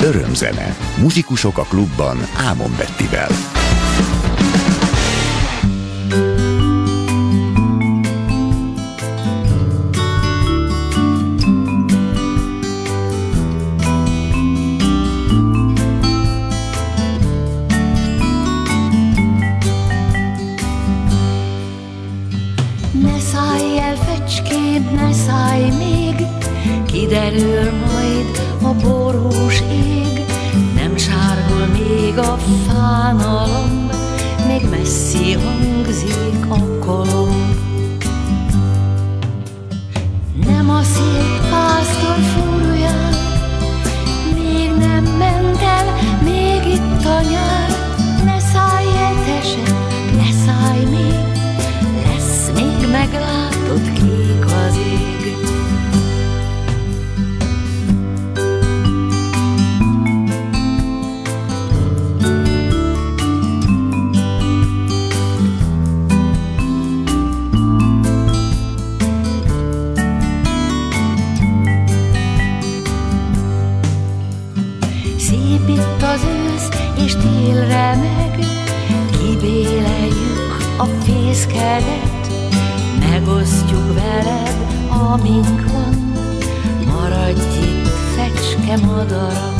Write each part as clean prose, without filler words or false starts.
Örömzene. Muzsikusok a klubban Ámon Bettivel. Ne szállj el, fecském, ne szállj még, kiderül majd a borús ég. Nem sárgul még a fánalom, még messzi hangzik a kolomb. Nem a szép pásztor fúrjál, még nem ment el, még itt a nyár. Ne szállj el, te sem, ne szállj még, lesz még meglátod, kék az ég. Szép itt az ősz, és tél remeg, kibéleljük a fészkedet, megosztjuk veled, amink van, maradj itt, fecske madaram.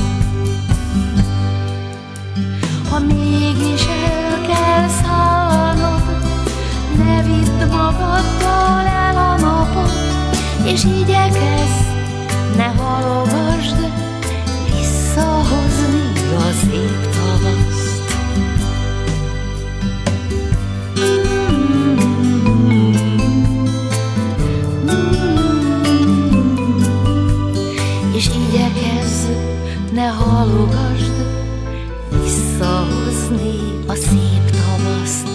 Ha mégis el kell szállnod, ne vidd magaddal el a napot, és igyekezz, ne halogasd visszahozni a szép tavaszt. És igyekezz, ne halogasd visszahozni a szép tavaszt.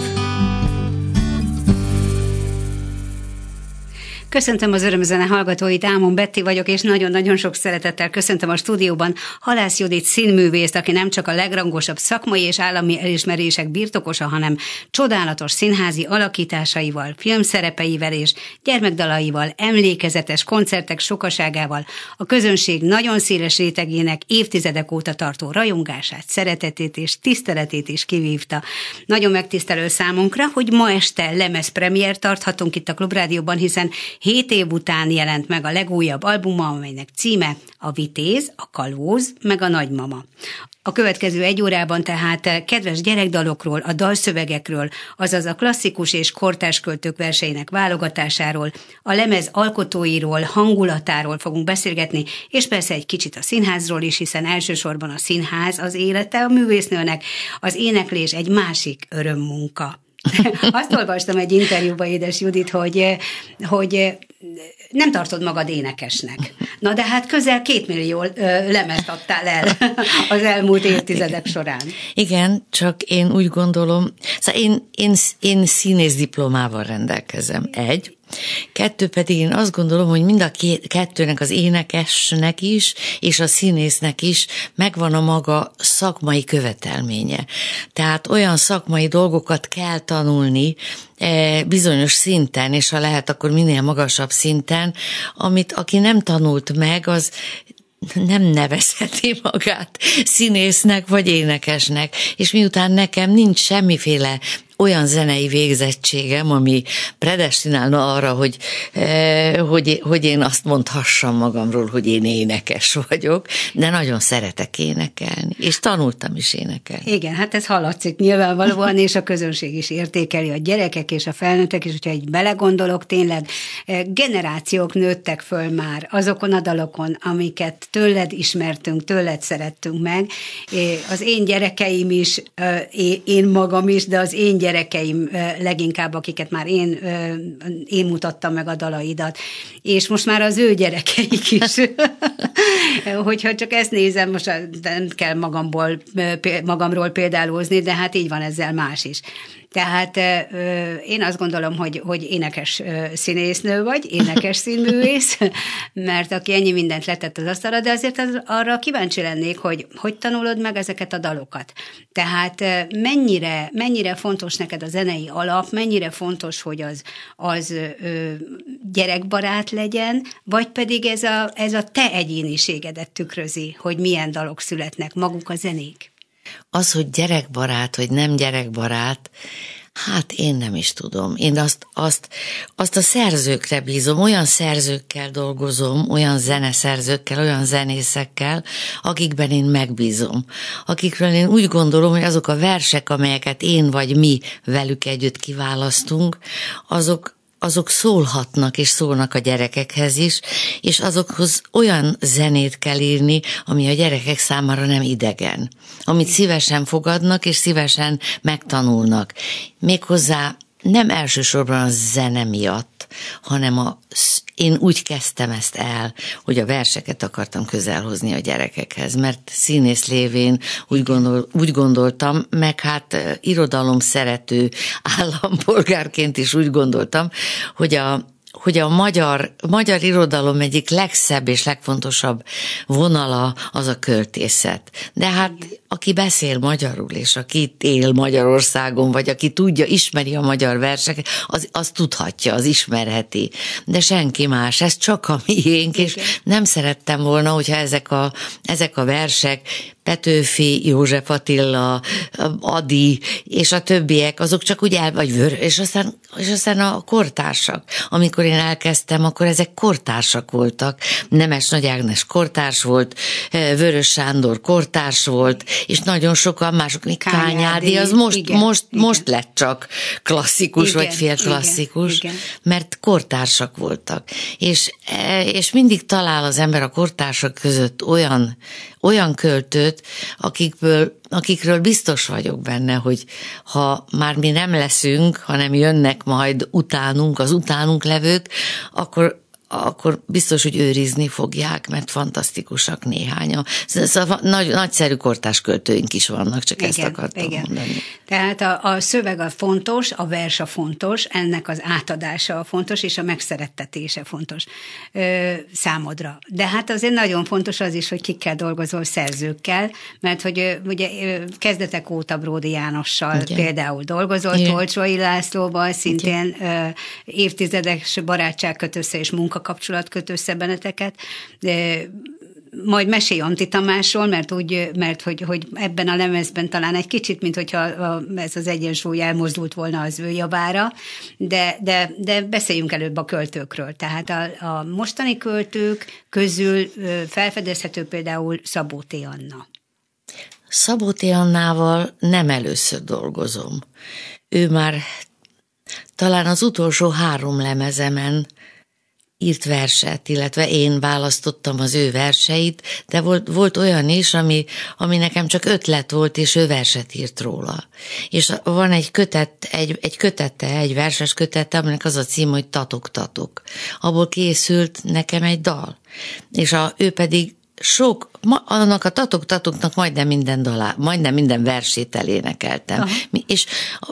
Köszöntöm az Örömzene hallgatóit, Ámon Betti vagyok, és nagyon-nagyon sok szeretettel köszöntöm a stúdióban Halász Judit színművészt, aki nem csak a legrangosabb szakmai és állami elismerések birtokosa, hanem csodálatos színházi alakításaival, filmszerepeivel és gyermekdalaival, emlékezetes koncertek sokaságával a közönség nagyon széles rétegének évtizedek óta tartó rajongását, szeretetét és tiszteletét is kivívta. Nagyon megtisztelő számunkra, hogy ma este lemezpremier tarthatunk itt a Klubrádióban, hiszen 7 év után jelent meg a legújabb albuma, amelynek címe a Vitéz, a Kalóz, meg a Nagymama. A következő 1 órában tehát kedves gyerekdalokról, a dalszövegekről, azaz a klasszikus és kortárs költők verseinek válogatásáról, a lemez alkotóiról, hangulatáról fogunk beszélgetni, és persze egy kicsit a színházról is, hiszen elsősorban a színház az élete a művésznőnek, az éneklés egy másik örömmunka. Azt olvastam egy interjúban, édes Judit, hogy nem tartod magad énekesnek. Na de hát közel 2 millió lemezt adtál el az elmúlt évtizedek során. Igen, csak én úgy gondolom, szóval én színész diplomával rendelkezem, 1. 2 pedig én azt gondolom, hogy mind a kettőnek, az énekesnek is, és a színésznek is megvan a maga szakmai követelménye. Tehát olyan szakmai dolgokat kell tanulni bizonyos szinten, és ha lehet, akkor minél magasabb szinten, amit aki nem tanult meg, az nem nevezheti magát színésznek vagy énekesnek, és miután nekem nincs semmiféle olyan zenei végzettségem, ami predestinálna arra, hogy én azt mondhassam magamról, hogy én énekes vagyok, de nagyon szeretek énekelni, és tanultam is énekelni. Igen, hát ez hallatszik nyilvánvalóan, és a közönség is értékeli, a gyerekek és a felnőttek is, hogyha egy belegondolok, tényleg generációk nőttek föl már azokon a dalokon, amiket tőled ismertünk, tőled szerettünk meg. Az én gyerekeim is, én magam is, de az én gyerekeim leginkább, akiket már én mutattam meg a dalaidat, és most már az ő gyerekeik is. Hogyha csak ezt nézem, most nem kell magamról példálózni, de hát így van ezzel más is. Tehát én azt gondolom, hogy énekes színésznő vagy, énekes színművész, mert aki ennyi mindent letett az asztalra, de azért arra kíváncsi lennék, hogy tanulod meg ezeket a dalokat. Tehát mennyire fontos neked a zenei alap, mennyire fontos, hogy az gyerekbarát legyen, vagy pedig ez a te egyéniségedet tükrözi, hogy milyen dalok születnek, maguk a zenék? Az, hogy gyerekbarát, vagy nem gyerekbarát, hát én nem is tudom. Én azt a szerzőkre bízom, olyan szerzőkkel dolgozom, olyan zeneszerzőkkel, olyan zenészekkel, akikben én megbízom. Akikről én úgy gondolom, hogy azok a versek, amelyeket én vagy mi velük együtt kiválasztunk, azok szólhatnak és szólnak a gyerekekhez is, és azokhoz olyan zenét kell írni, ami a gyerekek számára nem idegen, amit szívesen fogadnak és szívesen megtanulnak. Méghozzá nem elsősorban a zene miatt, hanem én úgy kezdtem ezt el, hogy a verseket akartam közelhozni a gyerekekhez, mert színész lévén úgy gondoltam, meg hát irodalom szerető állampolgárként is úgy gondoltam, hogy a magyar irodalom egyik legszebb és legfontosabb vonala az a költészet. De hát aki beszél magyarul, és aki itt él Magyarországon, vagy aki ismeri a magyar verseket, az tudhatja, az ismerheti. De senki más, ez csak a miénk, és nem szerettem volna, hogyha ezek a versek, Petőfi, József Attila, Ady és a többiek, azok csak úgy és aztán a kortársak. Amikor én elkezdtem, akkor ezek kortársak voltak. Nemes Nagy Ágnes kortárs volt, Vörös Sándor kortárs volt, és nagyon sokan mások, Kányádi, az most lett csak klasszikus, vagy félklasszikus, mert kortársak voltak. És mindig talál az ember a kortársak között olyan költőt, akikről biztos vagyok benne, hogy ha már mi nem leszünk, hanem jönnek majd utánunk, az utánunk levők, akkor biztos, hogy őrizni fogják, mert fantasztikusak néhányan. Szóval nagyszerű kortárs költőink is vannak, csak ezt akartam mondani. Tehát a szöveg a fontos, a vers a fontos, ennek az átadása a fontos, és a megszerettetése fontos számodra. De hát azért nagyon fontos az is, hogy kikkel dolgozol, szerzőkkel, mert hogy ugye kezdetek óta Bródi Jánossal például dolgozol, Tolcsói Lászlóval, szintén évtizedes barátság köt össze és munkakapcsolat köt össze benneteket. Majd mesélj Antti Tamásról, mert hogy ebben a lemezben talán egy kicsit, mint hogyha ez az egyensúly elmozdult volna az ő javára, de beszéljünk előbb a költőkről. Tehát a mostani költők közül felfedezhető például Szabó T. Anna. Szabó T. Annával nem először dolgozom. Ő már talán az utolsó 3 lemezemen írt verset, illetve én választottam az ő verseit, de volt olyan is, ami nekem csak ötlet volt, és ő verset írt róla. És van egy verses kötete, aminek az a cím, hogy Tatok, tatok. Abból készült nekem egy dal. És ő pedig annak a tatoknak majdnem minden versét elénekeltem. Aha. És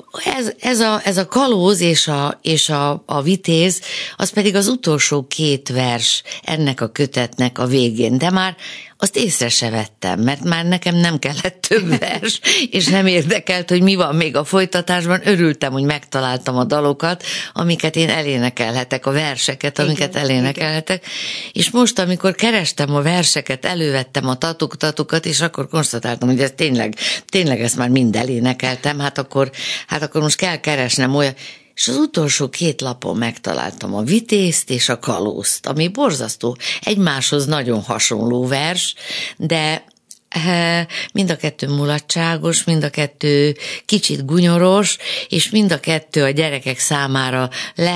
ez a kalóz és a vitéz, az pedig az utolsó 2 vers ennek a kötetnek a végén, de már azt észre se vettem, mert már nekem nem kellett több vers, és nem érdekelt, hogy mi van még a folytatásban. Örültem, hogy megtaláltam a dalokat, amiket én elénekelhetek, a verseket, amiket elénekelhetek. És most, amikor kerestem a verseket, elővettem a tatokat, és akkor konstatáltam, hogy ez tényleg ezt már mind elénekeltem, hát akkor most kell keresnem olyan. És az utolsó 2 lapon megtaláltam a vitézt és a kalózt, ami borzasztó, egymáshoz nagyon hasonló vers, de mind a 2 mulatságos, mind a 2 kicsit gunyoros, és mind a 2 a gyerekek számára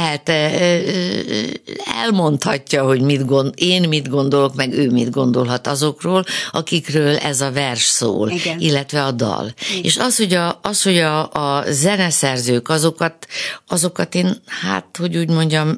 elmondhatja, hogy én mit gondolok, meg ő mit gondolhat azokról, akikről ez a vers szól, igen, illetve a dal. Igen. És az, hogy a zeneszerzők, azokat én, hogy úgy mondjam,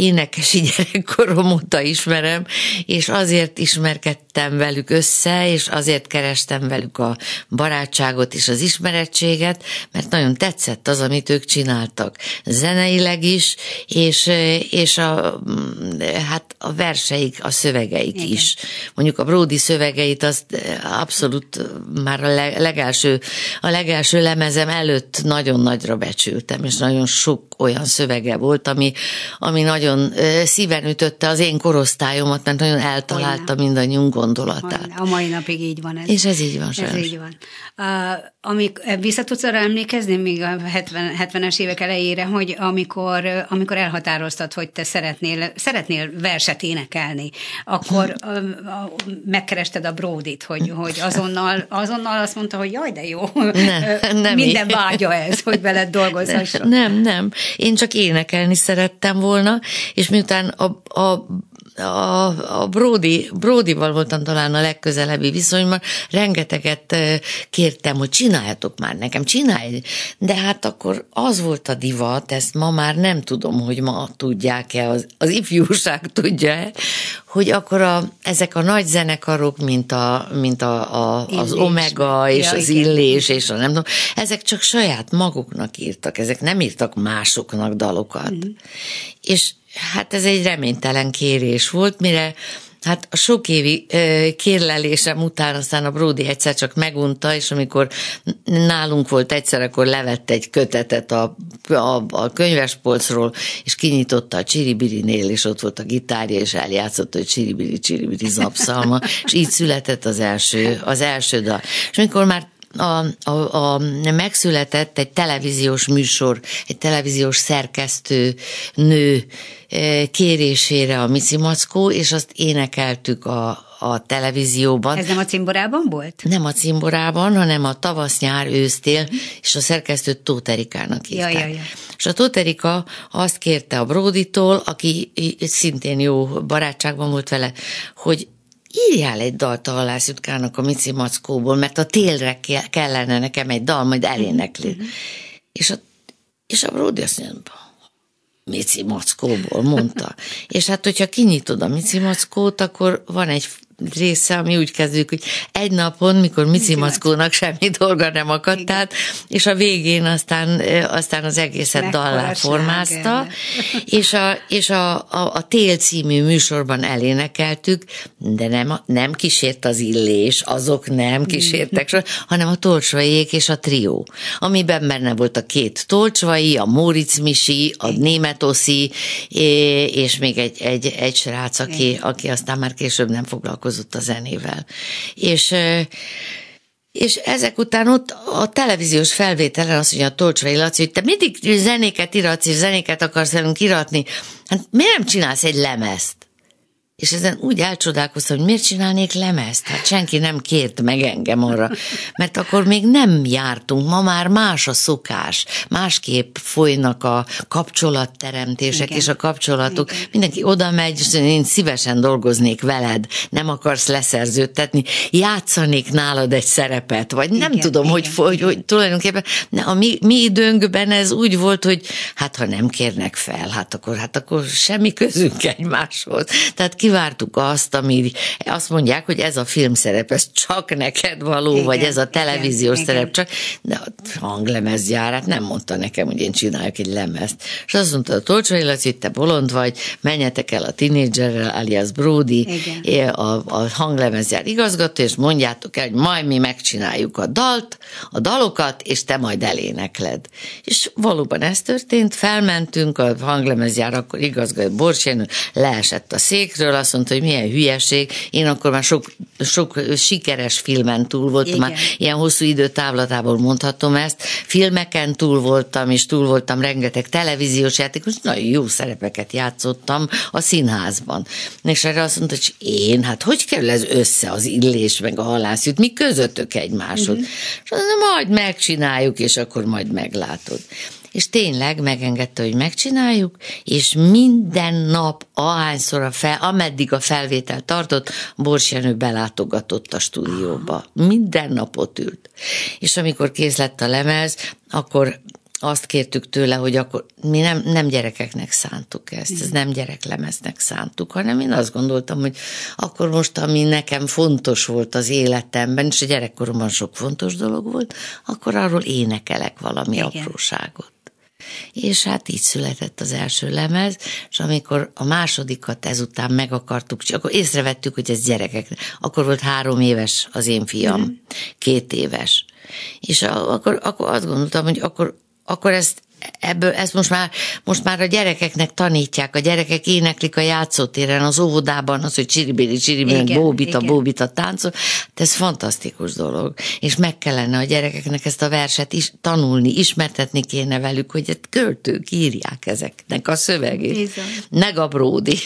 énekesi gyerekkorom óta ismerem, és azért ismerkedtem velük össze, és azért kerestem velük a barátságot és az ismerettséget, mert nagyon tetszett az, amit ők csináltak. Zeneileg is, és a verseik, a szövegeik igen. is. Mondjuk a Brody szövegeit azt abszolút már a legelső lemezem előtt nagyon nagyra becsültem, és nagyon sok olyan szövege volt, ami nagyon szíven ütötte az én korosztályomat, mert nagyon eltalálta mindannyiunk gondolatát. A mai napig így van ez. És ez így van. Ez így van. Vissza tudsz arra emlékezni, még a 70-es évek elejére, hogy amikor elhatároztad, hogy te szeretnél verset énekelni, akkor megkerested a Brodyt, hogy azonnal azt mondta, hogy jaj, de jó, nem minden vágya ez, hogy veled dolgozhasson. Nem. Én csak énekelni szerettem volna, és miután a Brodyval voltam talán a legközelebbi viszonyban, rengeteget kértem, hogy csináljatok már nekem, csinálj. De hát akkor az volt a divat, ezt ma már nem tudom, hogy ma tudják-e, az ifjúság tudja-e, hogy akkor ezek a nagy zenekarok, mint az Omega és az Illés, és nem tudom, ezek csak saját maguknak írtak, ezek nem írtak másoknak dalokat. És hát ez egy reménytelen kérés volt, mire hát a sok évi kérlelésem után aztán a Brody egyszer csak megunta, és amikor nálunk volt egyszer, akkor levett egy kötetet a könyvespolcról, és kinyitotta a Csiribirinél, és ott volt a gitárja, és eljátszott, hogy Csiribiri zapszalma, és így született az első dal. És amikor már megszületett egy televíziós műsor, egy televíziós szerkesztő nő kérésére a Mici Mackó, és azt énekeltük a televízióban. Ez nem a cimborában volt? Nem a cimborában, hanem a tavasz-nyár, ősztél, és a szerkesztőt Tóth Erikának hívták. Ja. És a Tóth Erika azt kérte a Brodytól, aki szintén jó barátságban volt vele, hogy írjál egy dalt a Halász Jutkának a Mici Mackóból, mert a télre kellene nekem egy dal, majd elénekli. És a Brody azt mondja, Mici Mackóból, mondta. És hát, hogyha kinyitod a Mici Mackót, akkor van egy része, ami úgy kezdődik, hogy egy napon, mikor Mici Mackónak semmi dolga nem akadt át, és a végén aztán az egészet dallá formázta, és a Tél című műsorban elénekeltük, de nem kísért az Illés, azok nem kísértek, hanem a Tolcsvaiék és a trió, amiben benne volt a két Tolcsvai, a Móricz Misi, a Németh Oszi, és még egy srác, aki aztán már később nem foglalkozott a zenével. És ezek után ott a televíziós felvételen azt mondja a Tolcsvai Laci, hogy te mindig zenéket iratsz, és zenéket akarsz velünk iratni, hát miért nem csinálsz egy lemezt? És ezen úgy elcsodálkoztam, hogy miért csinálnék lemezt? Hát senki nem kért meg engem arra, mert akkor még nem jártunk, ma már más a szokás, másképp folynak a kapcsolatteremtések és a kapcsolatok. Igen. Mindenki oda megy, és én szívesen dolgoznék veled, nem akarsz leszerződtetni, játszanék nálad egy szerepet, vagy nem tudom, hogy tulajdonképpen a mi időnkben ez úgy volt, hogy hát ha nem kérnek fel, hát akkor semmi közünk egymáshoz. Tehát kivártuk azt mondják, hogy ez a filmszerep, ez csak neked való, igen, vagy ez a televíziós szerep csak, de a hanglemezgyárát nem mondta nekem, hogy én csináljak egy lemezt. És azt mondta a Tolcsvai Laci, hogy te bolond vagy, menjetek el a Teenagerrel, alias Brody, a hanglemezgyár igazgató, és mondjátok el, hogy majd mi megcsináljuk a dalokat, és te majd elénekled. És valóban ez történt, felmentünk, a hanglemezgyár akkor igazgató Borcsén leesett a székről, azt mondta, hogy milyen hülyeség. Én akkor már sok sikeres filmen túl voltam, már ilyen hosszú idő távlatából mondhatom ezt. Filmeken túl voltam, és túl voltam rengeteg televíziós játékos, nagyon jó szerepeket játszottam a színházban. És erre azt mondta, hogy én, hát hogy kerül ez össze az Illés meg a Halász Jut, mi közöttök egymáshoz? És azt mondta, majd megcsináljuk, és akkor majd meglátod. És tényleg megengedte, hogy megcsináljuk, és minden nap, ahányszor ameddig a felvétel tartott, Bors Jenő belátogatott a stúdióba. Minden nap ott ült. És amikor kész lett a lemez, akkor azt kértük tőle, hogy akkor mi nem gyerekeknek szántuk ezt, ez nem gyereklemeznek szántuk, hanem én azt gondoltam, hogy akkor most, ami nekem fontos volt az életemben, és a gyerekkoromban sok fontos dolog volt, akkor arról énekelek valami apróságot. És hát így született az első lemez, és amikor a másodikat ezután meg akartuk, akkor észrevettük, hogy ez gyerekek. Akkor volt 3 éves az én fiam, 2 éves. És akkor azt gondoltam, hogy akkor ezt most már a gyerekeknek tanítják, a gyerekek éneklik a játszótéren, az óvodában, az, hogy csiribéli, bóbita táncol, de ez fantasztikus dolog, és meg kellene a gyerekeknek ezt a verset is tanulni, ismertetni kéne velük, hogy költők írják ezeknek a szövegét. Meg a Bródi.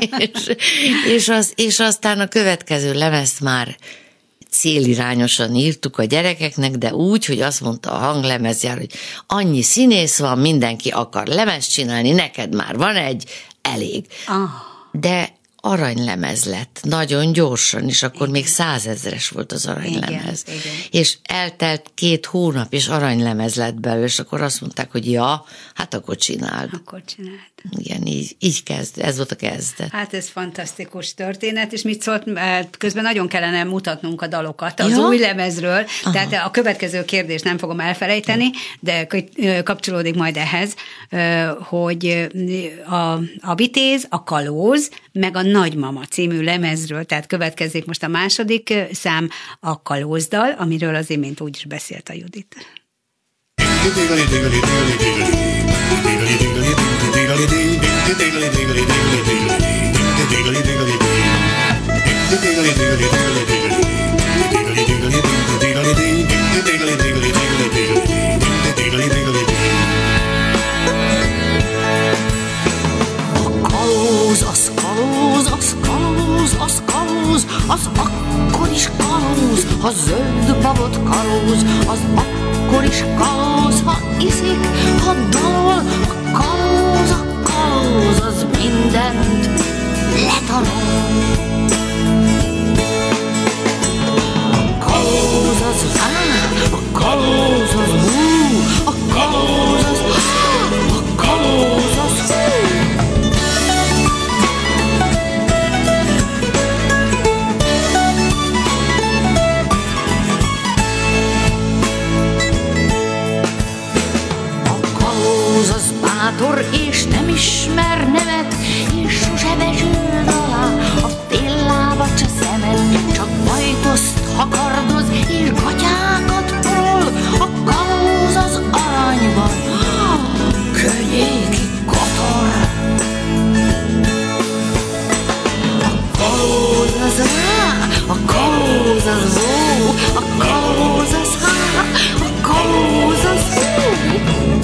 és aztán a következő lemezt már célirányosan írtuk a gyerekeknek, de úgy, hogy azt mondta a hanglemezjár, hogy annyi színész van, mindenki akar lemezt csinálni, neked már van egy, elég. De aranylemez lett, nagyon gyorsan, és akkor még 100 000-es volt az aranylemez. Igen. És eltelt 2 hónap, és aranylemez lett belőle, és akkor azt mondták, hogy ja, hát akkor csináld. Igen, így kezd, ez volt a kezdet. Hát ez fantasztikus történet, és mit szólt, közben nagyon kellene mutatnunk a dalokat az új lemezről, tehát a következő kérdést nem fogom elfelejteni, de kapcsolódik majd ehhez, hogy a Vitéz, a Kalóz, meg a Nagymama című lemezről, tehát következik most a második szám, a Kalózdal, amiről az imént úgy is beszélt a Judit. Az akkor is kalóz, ha zöld babot kalóz, az akkor is kalóz, ha iszik, ha dalol, a kalóz, az mindent letanul. A kalóz az a kalóz az hú, a kalóz az a kalóz az hú. És nem ismer nemet, és sose besül alá a féllába csa szemet, csak bajtoszt hakardoz, és gatyákat tol, a kalóz az aranyban, könnyéki kotor. A kalóz az a kalóz az ó, a kalóz az a kalóz az ó.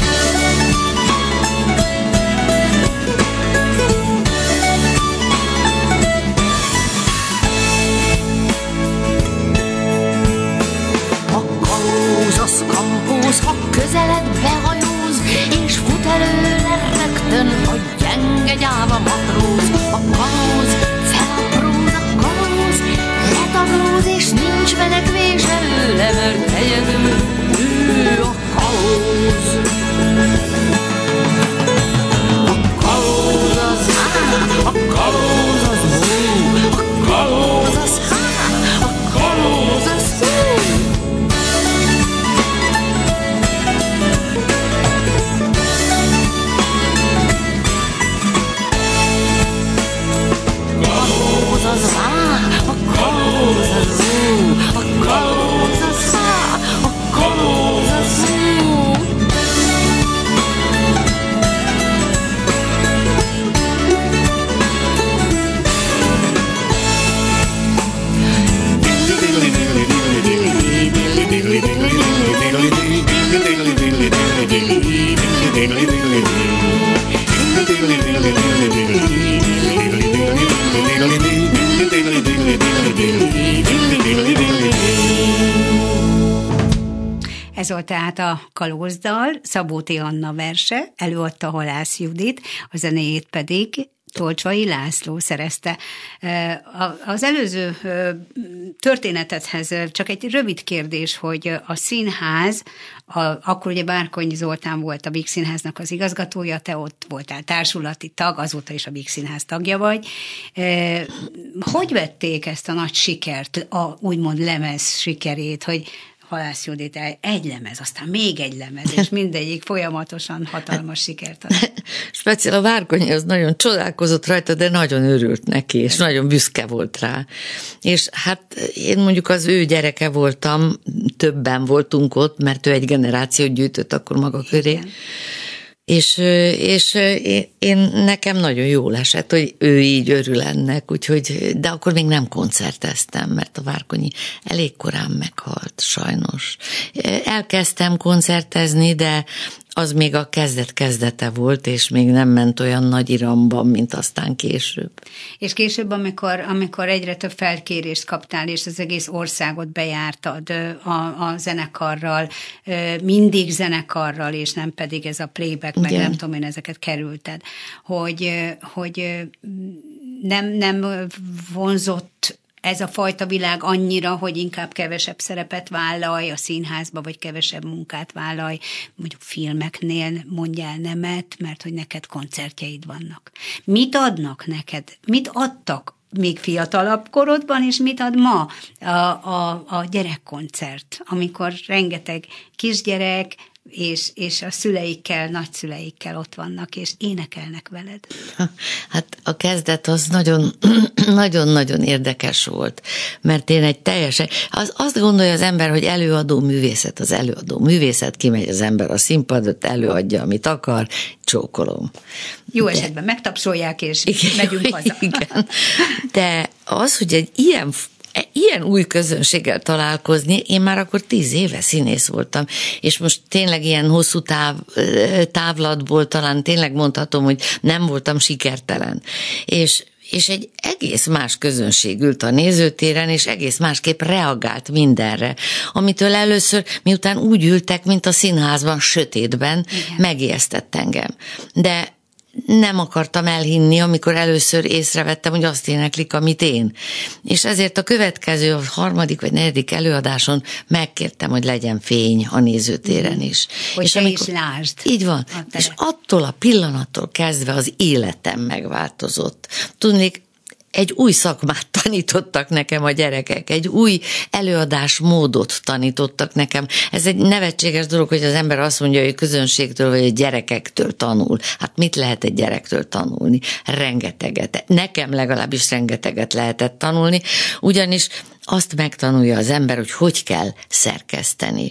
Ha közeledbe hajóz, és fut előle rögtön a gyenge gyáva matróz. A kalóz felapróz, a kalóz letagróz, és nincs menekvés előle, mert egyedül ő a kalóz. A kalóz az a kalóz az a kalóz az a kalóz az Ez volt tehát a Kalózdal, Szabó T. Anna verse, előadta Halász Judit, a zenéjét pedig Tolcsai László szerezte. Az előző történetedhez csak egy rövid kérdés, hogy a színház, akkor ugye Bárkonyi Zoltán volt a Víg Színháznak az igazgatója, te ott voltál társulati tag, azóta is a Víg Színház tagja vagy. Hogy vették ezt a nagy sikert, a úgymond lemez sikerét, hogy Halász Judit egy lemez, aztán még egy lemez, és mindegyik folyamatosan hatalmas sikert ad. Speciál a Várkonyi az nagyon csodálkozott rajta, de nagyon örült neki, és nagyon büszke volt rá. És hát én mondjuk az ő gyereke voltam, többen voltunk ott, mert ő egy generációt gyűjtött akkor maga köré. Igen. És én nekem nagyon jól esett, hogy ő így örül ennek, úgyhogy, de akkor még nem koncerteztem, mert a Várkonyi elég korán meghalt, sajnos. Elkezdtem koncertezni, de az még a kezdete volt, és még nem ment olyan nagy iramban, mint aztán később. És később, amikor egyre több felkérést kaptál, és az egész országot bejártad a zenekarral, mindig zenekarral, és nem pedig ez a playback, meg nem tudom én, ezeket kerülted, hogy nem vonzott ez a fajta világ annyira, hogy inkább kevesebb szerepet vállalj a színházba, vagy kevesebb munkát vállalj, mondjuk filmeknél mondjál nemet, mert hogy neked koncertjeid vannak. Mit adnak neked? Mit adtak még fiatalabb korodban, és mit ad ma a gyerekkoncert, amikor rengeteg kisgyerek, és a szüleikkel, nagyszüleikkel ott vannak, és énekelnek veled. Hát a kezdet az nagyon-nagyon érdekes volt, mert én egy teljesen, azt gondolja az ember, hogy előadó művészet, az előadó művészet, kimegy az ember a színpadot, előadja, amit akar, csókolom. Jó esetben megtapsolják, és megyünk haza. Igen. De az, hogy egy ilyen új közönséggel találkozni, én már akkor 10 éve színész voltam, és most tényleg ilyen hosszú távlatból talán tényleg mondhatom, hogy nem voltam sikertelen. És egy egész más közönség ült a nézőtéren, és egész másképp reagált mindenre, amitől először, miután úgy ültek, mint a színházban, sötétben, megijesztett engem. De nem akartam elhinni, amikor először észrevettem, hogy azt éneklik, amit én. És ezért a következő, a 3. vagy 4. előadáson megkértem, hogy legyen fény a nézőtéren is. Hogy és te is lásd. Így van. És attól a pillanattól kezdve az életem megváltozott. Tudnék, egy új szakmát tanítottak nekem a gyerekek, egy új előadásmódot tanítottak nekem. Ez egy nevetséges dolog, hogy az ember azt mondja, hogy a közönségtől vagy a gyerekektől tanul. Hát mit lehet egy gyerektől tanulni? Rengeteget. Nekem legalábbis rengeteget lehetett tanulni, ugyanis azt megtanulja az ember, hogy kell szerkeszteni.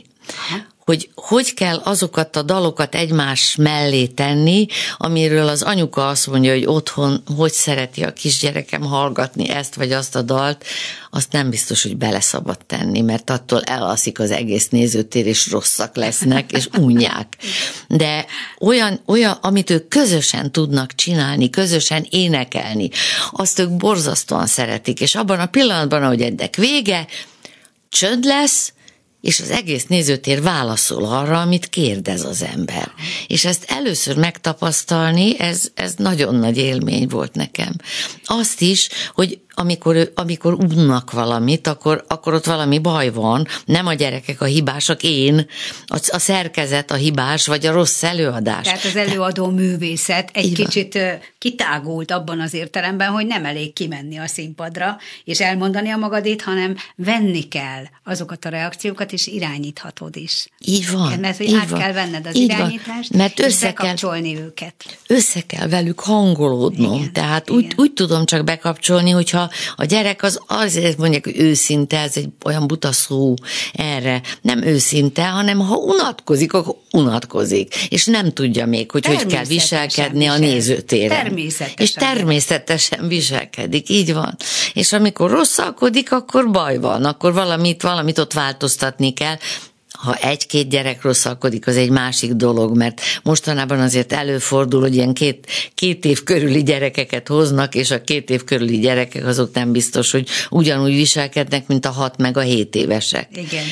Hogy kell azokat a dalokat egymás mellé tenni, amiről az anyuka azt mondja, hogy otthon hogy szereti a kisgyerekem hallgatni ezt vagy azt a dalt, azt nem biztos, hogy bele szabad tenni, mert attól elalszik az egész nézőtér, és rosszak lesznek, és unják. De olyan, amit ők közösen tudnak csinálni, közösen énekelni, azt ők borzasztóan szeretik, és abban a pillanatban, ahogy ennek vége, csönd lesz, és az egész nézőtér válaszol arra, amit kérdez az ember. És ezt először megtapasztalni, ez nagyon nagy élmény volt nekem. Azt is, hogy amikor unnak valamit, akkor ott valami baj van, nem a gyerekek a hibásak, én, a szerkezet a hibás, vagy a rossz előadás. Tehát az előadó művészet egy kicsit kitágult abban az értelemben, hogy nem elég kimenni a színpadra, és elmondani a magadét, hanem venni kell azokat a reakciókat, és irányíthatod is. Így van. Igen, mert hogy át kell venned az irányítást, mert és bekapcsolni őket. Össze kell velük hangolódnom, igen, tehát úgy tudom csak bekapcsolni, hogyha a gyerek azért mondják, hogy őszinte, ez egy olyan buta szó erre, nem őszinte, hanem ha unatkozik, akkor unatkozik, és nem tudja még, hogy kell viselkedni a nézőtéren. Természetesen. És természetesen viselkedik, így van. És amikor rosszalkodik, akkor baj van, akkor valamit ott változtatni kell. Ha 1-2 gyerek rosszalkodik, az egy másik dolog, mert mostanában azért előfordul, hogy ilyen 2 év körüli gyerekeket hoznak, és a 2 év körüli gyerekek azok nem biztos, hogy ugyanúgy viselkednek, mint a 6 meg a 7 évesek.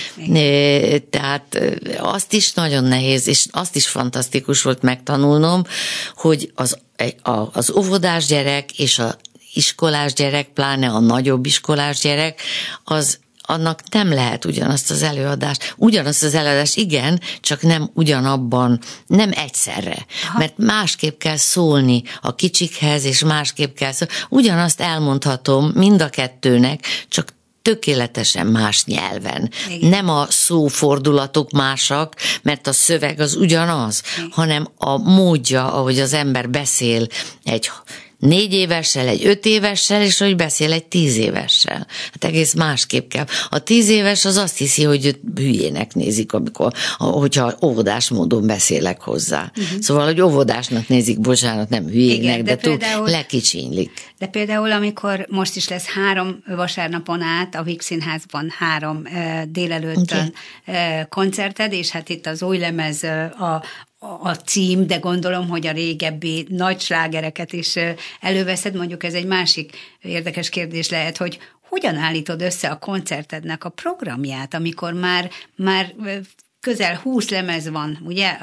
Igen. Tehát azt is nagyon nehéz, és azt is fantasztikus volt megtanulnom, hogy az óvodás gyerek és a iskolás gyerek, pláne a nagyobb iskolás gyerek, annak nem lehet ugyanazt az előadást. Ugyanazt az előadást igen, csak nem ugyanabban, nem egyszerre. Aha. Mert másképp kell szólni a kicsikhez, és másképp kell szólni. Ugyanazt elmondhatom mind a kettőnek, csak tökéletesen más nyelven. Igen. Nem a szófordulatok másak, mert a szöveg az ugyanaz, hanem a módja, ahogy az ember beszél egy 4 évessel, egy 5 évessel, és hogy beszél egy 10 évessel. Hát egész másképp kell. A 10 éves az azt hiszi, hogy hülyének nézik, hogyha óvodás módon beszélek hozzá. Szóval, hogy óvodásnak nézik, bocsánat, nem hülyének, igen, de például, lekicsinylik. De például, amikor most is lesz 3 vasárnapon át a Víg Színházban 3 délelőttön koncerted, és hát itt az új lemez a cím, de gondolom, hogy a régebbi nagy slágereket is előveszed. Mondjuk ez egy másik érdekes kérdés lehet, hogy hogyan állítod össze a koncertednek a programját, amikor már közel 20 lemez van, ugye,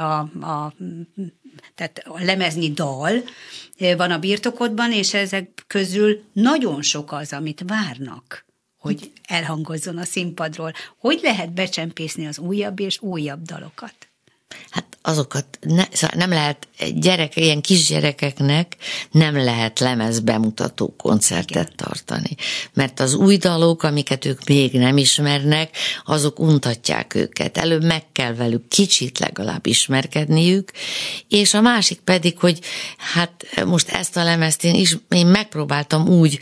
tehát a lemeznyi dal van a birtokodban, és ezek közül nagyon sok az, amit várnak, hogy elhangozzon a színpadról. Hogy lehet becsempészni az újabb és újabb dalokat? Hát azokat nem lehet, ilyen kisgyerekeknek nem lehet lemezbemutató koncertet tartani. Mert az új dalok, amiket ők még nem ismernek, azok untatják őket. Előbb meg kell velük kicsit legalább ismerkedniük, és a másik pedig, hogy hát most ezt a lemezt én megpróbáltam úgy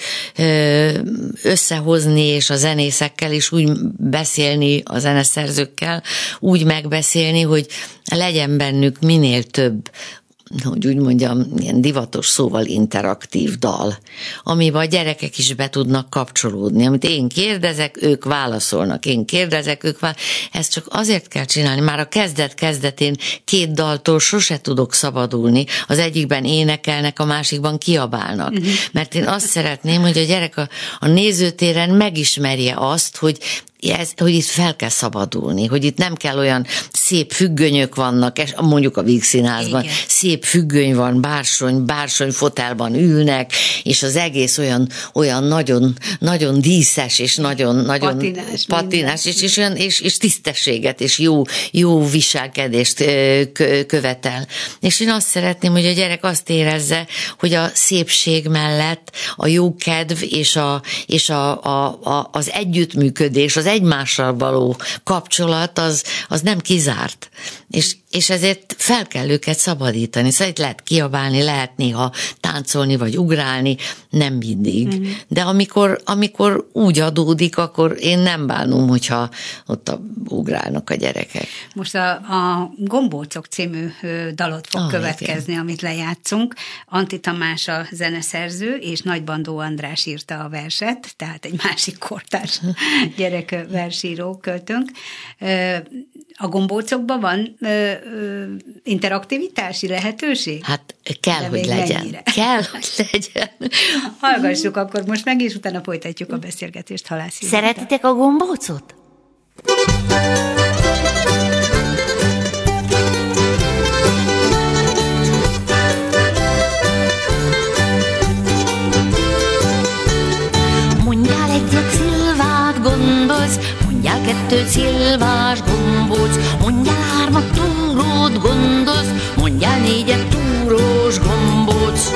összehozni, és a zenészekkel is úgy beszélni, a zeneszerzőkkel, úgy megbeszélni, hogy legyen bennük minél több, hogy úgy mondjam, ilyen divatos szóval interaktív dal, amiben a gyerekek is be tudnak kapcsolódni. Amit én kérdezek, ők válaszolnak. Én kérdezek, ők válaszolnak. Ezt csak azért kell csinálni. Már a kezdetén 2 daltól sose tudok szabadulni. Az egyikben énekelnek, a másikban kiabálnak. Mert én azt szeretném, hogy a gyerek a nézőtéren megismerje azt, hogy itt fel kell szabadulni, hogy itt nem kell olyan szép függönyök vannak, és mondjuk a Víg Színházban szép függöny van, bársony fotelban ülnek, és az egész olyan nagyon, nagyon díszes, és nagyon patinás és tisztességet, és jó viselkedést követel. És én azt szeretném, hogy a gyerek azt érezze, hogy a szépség mellett a jó kedv és az együttműködés, az egymással való kapcsolat az nem kizárt. És ezért fel kell őket szabadítani. Szóval itt lehet kiabálni, lehet néha táncolni, vagy ugrálni, nem mindig. De amikor úgy adódik, akkor én nem bánom, hogyha ott ugrálnak a gyerekek. Most a Gombócok című dalot fog következni, igen, amit lejátszunk. Antti Tamás a zeneszerző, és Nagybandó András írta a verset, tehát egy másik kortárs gyerekversíró, költőnk. A Gombócokban van interaktivitási lehetőség? Hát kell, hogy legyen. Mennyire? Kell, hogy legyen. Hallgassuk akkor most meg, és utána folytatjuk a beszélgetést Halász Judittal. Szeretitek a gombócot? Mondjál egyet, szilvát gondolsz, mondjál 2 szilvás gombóc, mondjál 3 túrót gondolsz, mondjál 4 túrós gombóc.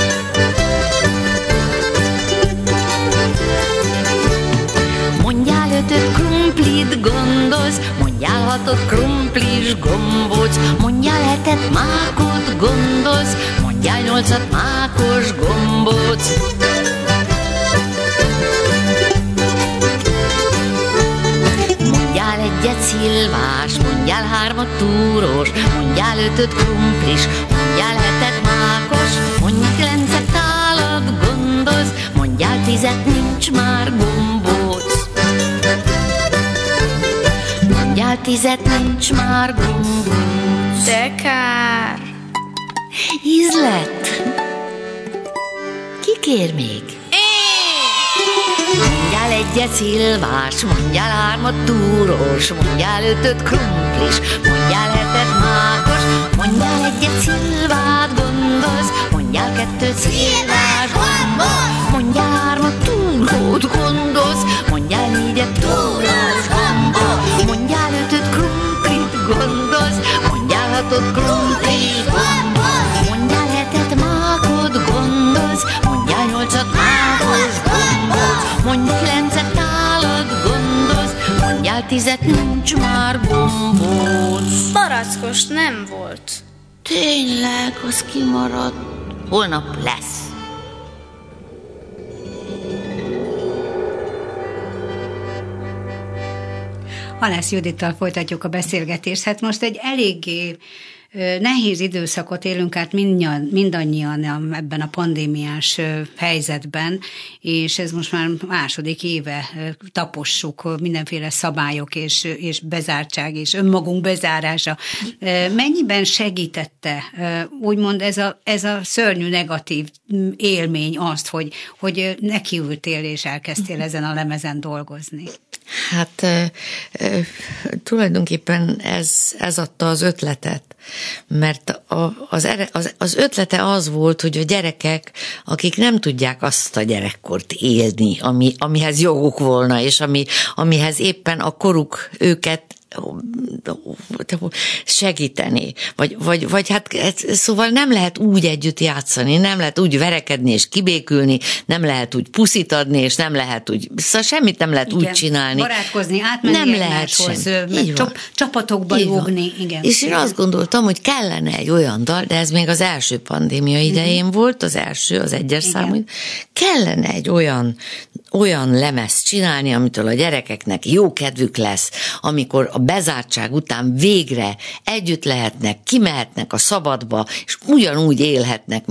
Mondjál 5 krumplit gondolsz, mondjál 6 krumplis gombóc, mondjál 7 mákot gondolsz, mondjál 8 mákos gombóc. Mondjál 1 szilvás, mondjál 3 túrós, mondjál 5 krumplis, mondjál 7 mákos, mondjál 9 tálat gondolsz, mondjál 10 nincs már gombóc. Mondjál 10 nincs már gombóc. De kár. Ízlet. Ki kér még? Mondjál egyet szilvás, mondjál hármat túrós, mondjál ötöt krumplis, mondjál hetet mákos, mondjál egyet szilvát gondoz, mondjál kettőt szilvás gombos, mondjál hármat túrót gondoz, mondjál négyet túrós gombos, mondjál ötöt krumplit gondoz, mondjál hatot krumplit gombos, mondjál hetet mákot gondoz, mondjál nyolcat mákos gombos, mondjál kilencet tálat gondoz, mondjál tizet nincs már gombóc. Barackos nem volt. Tényleg, az kimaradt. Holnap lesz. Halász Judittal folytatjuk a beszélgetést. Hát most egy eléggé nehéz időszakot élünk át mindannyian ebben a pandémiás helyzetben, és ez most már második éve tapossuk mindenféle szabályok és bezártság és önmagunk bezárása. Mennyiben segítette úgymond ez a szörnyű negatív élmény azt, hogy nekiültél és elkezdtél ezen a lemezen dolgozni? Hát tulajdonképpen ez adta az ötletet, mert az ötlete az volt, hogy a gyerekek, akik nem tudják azt a gyerekkort élni, amihez joguk volna, és amihez éppen a koruk őket segíteni, vagy hát szóval nem lehet úgy együtt játszani, nem lehet úgy verekedni és kibékülni, nem lehet úgy puszit adni, és nem lehet úgy, szóval semmit nem lehet úgy csinálni. Barátkozni, átmenni nem egymáshoz, csapatokba jógni. Igen. És én azt gondoltam, hogy kellene egy olyan dal, de ez még az első pandémia idején volt, az egyes számú, kellene egy olyan lemezt csinálni, amitől a gyerekeknek jó kedvük lesz, amikor a bezártság után végre együtt lehetnek, kimehetnek a szabadba, és ugyanúgy élhetnek,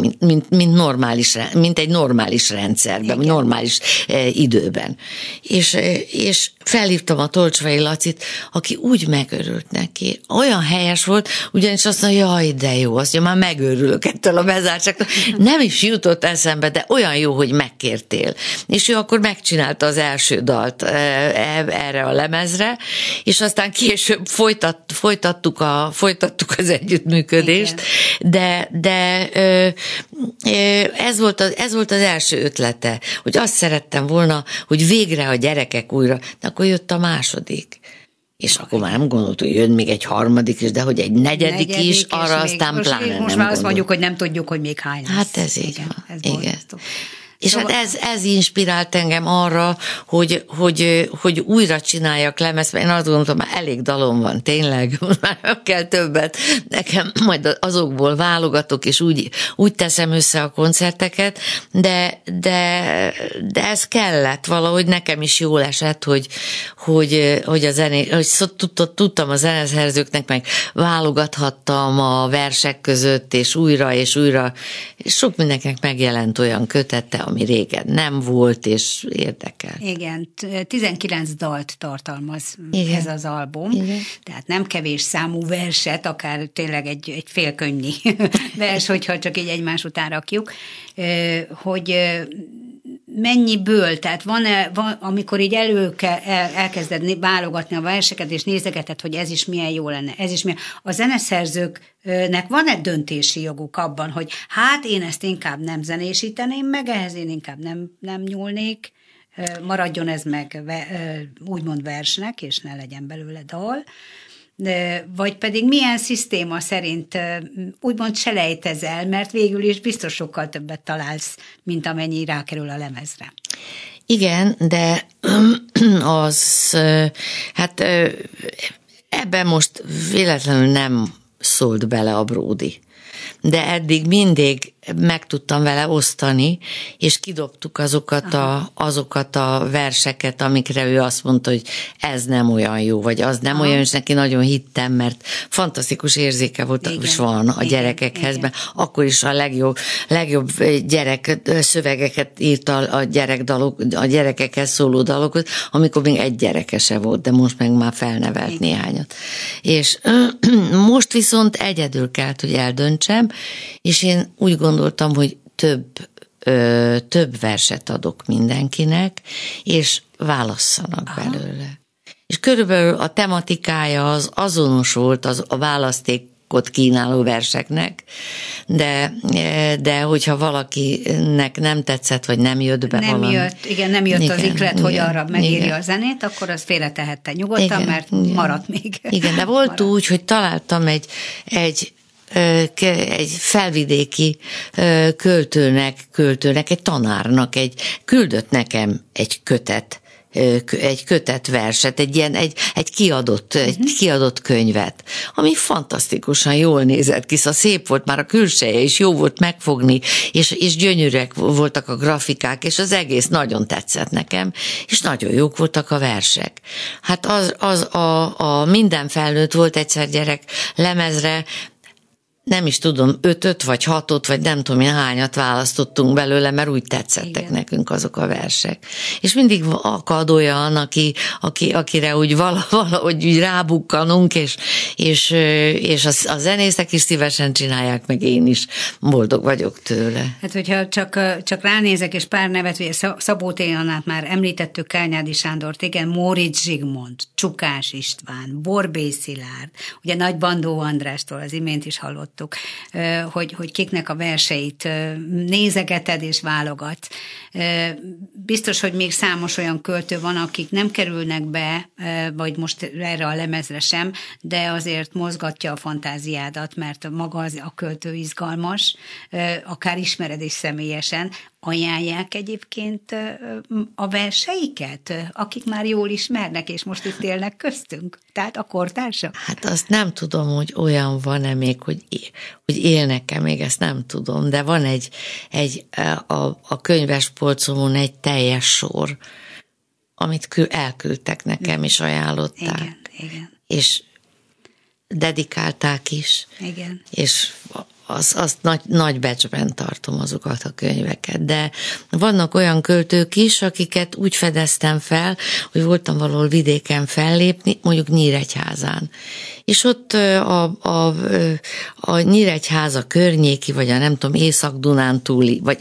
mint egy normális rendszerben, igen, normális időben. És felhívtam a Tolcsvai Lacit, aki úgy megörült neki. Olyan helyes volt, ugyanis azt mondja, jaj, de jó, azt mondja, már megőrülök ettől a bezártságtól. Nem is jutott eszembe, de olyan jó, hogy megkértél. És ő akkor megcsinálta az első dalt erre a lemezre, és aztán később folytattuk az együttműködést, de ez volt az első ötlete, hogy azt szerettem volna, hogy végre a gyerekek újra, de akkor jött a második. És akkor már nem gondolt, hogy jön még egy harmadik is, de hogy egy negyedik is, arra aztán pláne nem most már azt mondjuk, hogy nem tudjuk, hogy még hány lesz. Hát ez így van. Igen. És szóval... hát ez inspirált engem arra, hogy újra csináljak lemezt, mert én azt gondoltam, már elég dalom van, tényleg, már kell többet. Nekem majd azokból válogatok, és úgy teszem össze a koncerteket, de ez kellett, valahogy nekem is jól esett, hogy a zené, hogy tudtam a zeneszerzőknek, meg válogathattam a versek között, és újra, és sok mindenkinek megjelent olyan kötete, ami régen nem volt, és érdekel. Igen, 19 dalt tartalmaz, igen, ez az album, igen, tehát nem kevés számú verset, akár tényleg egy félkönyvnyi vers, hogyha csak így egymás után rakjuk, hogy mennyiből, tehát van, amikor így elkezded válogatni a verseket, és nézegeted, hogy ez is milyen jó lenne, ez is milyen. A zeneszerzőknek van egy döntési joguk abban, hogy hát én ezt inkább nem zenésíteném meg, ehhez én inkább nem nyúlnék, maradjon ez meg úgymond versnek, és ne legyen belőle dal, vagy pedig milyen szisztéma szerint úgymond selejtezel, mert végül is biztos sokkal többet találsz, mint amennyi rákerül a lemezre. Igen, de hát ebben most véletlenül nem szólt bele a Bródi. De eddig mindig meg tudtam vele osztani, és kidobtuk azokat a verseket, amikre ő azt mondta, hogy ez nem olyan jó, vagy az nem olyan, és neki nagyon hittem, mert fantasztikus érzéke volt, igen, és van a gyerekekhez, mert akkor is a legjobb gyerek szövegeket írta a gyerekekhez szóló dalokhoz, amikor még egy gyereke se volt, de most meg már felnevelt, igen, néhányat. És most viszont egyedül kellett, hogy eldöntsem, és én úgy gondoltam, hogy több több verset adok mindenkinek, és válasszanak belőle. És körülbelül a tematikája az azonos volt a választékot kínáló verseknek, de hogyha valakinek nem tetszett, vagy nem jött be valami. Nem jött az iklet, hogy arra megírja a zenét, akkor az félretehette nyugodtan, mert maradt még. Igen, de volt úgy, hogy találtam egy felvidéki költőnek, egy tanárnak küldött nekem egy kötetverset, egy kiadott könyvet, ami fantasztikusan jól nézett ki, szóval szép volt már a külseje, és jó volt megfogni, és gyönyörűek voltak a grafikák, és az egész nagyon tetszett nekem, és nagyon jók voltak a versek. Hát a Minden felnőtt volt egyszer gyerek lemezre, nem is tudom, 5 vagy 6, vagy nem tudom én hányat választottunk belőle, mert úgy tetszettek nekünk azok a versek. És mindig akad olyan, akire úgy valahogy úgy rábukkanunk, és a zenészek is szívesen csinálják, meg én is boldog vagyok tőle. Hát, hogyha csak ránézek, és pár nevet, ugye Szabó T. Annát már említettük, Kálnyádi Sándort, igen, Móricz Zsigmond, Csukás István, Borbély Szilárd, ugye Nagy Bandó Andrástól az imént is hallott, hogy kiknek a verseit nézegeted és válogatsz. Biztos, hogy még számos olyan költő van, akik nem kerülnek be, vagy most erre a lemezre sem, de azért mozgatja a fantáziádat, mert maga a költő izgalmas, akár ismered is személyesen. Ajánlják egyébként a verseiket, akik már jól ismernek, és most itt élnek köztünk? Tehát a kortársak? Hát azt nem tudom, hogy olyan van-e még, hogy élnek-e, még ezt nem tudom, de van a könyvespolcomon egy teljes sor, amit elküldtek nekem, és ajánlották. Igen. És dedikálták is. Igen. És azt nagy becsben tartom azokat a könyveket, de vannak olyan költők is, akiket úgy fedeztem fel, hogy voltam valahol vidéken fellépni, mondjuk Nyíregyházán. És ott a Nyíregyháza környéki, vagy a nem tudom, Észak-Dunántúli, vagy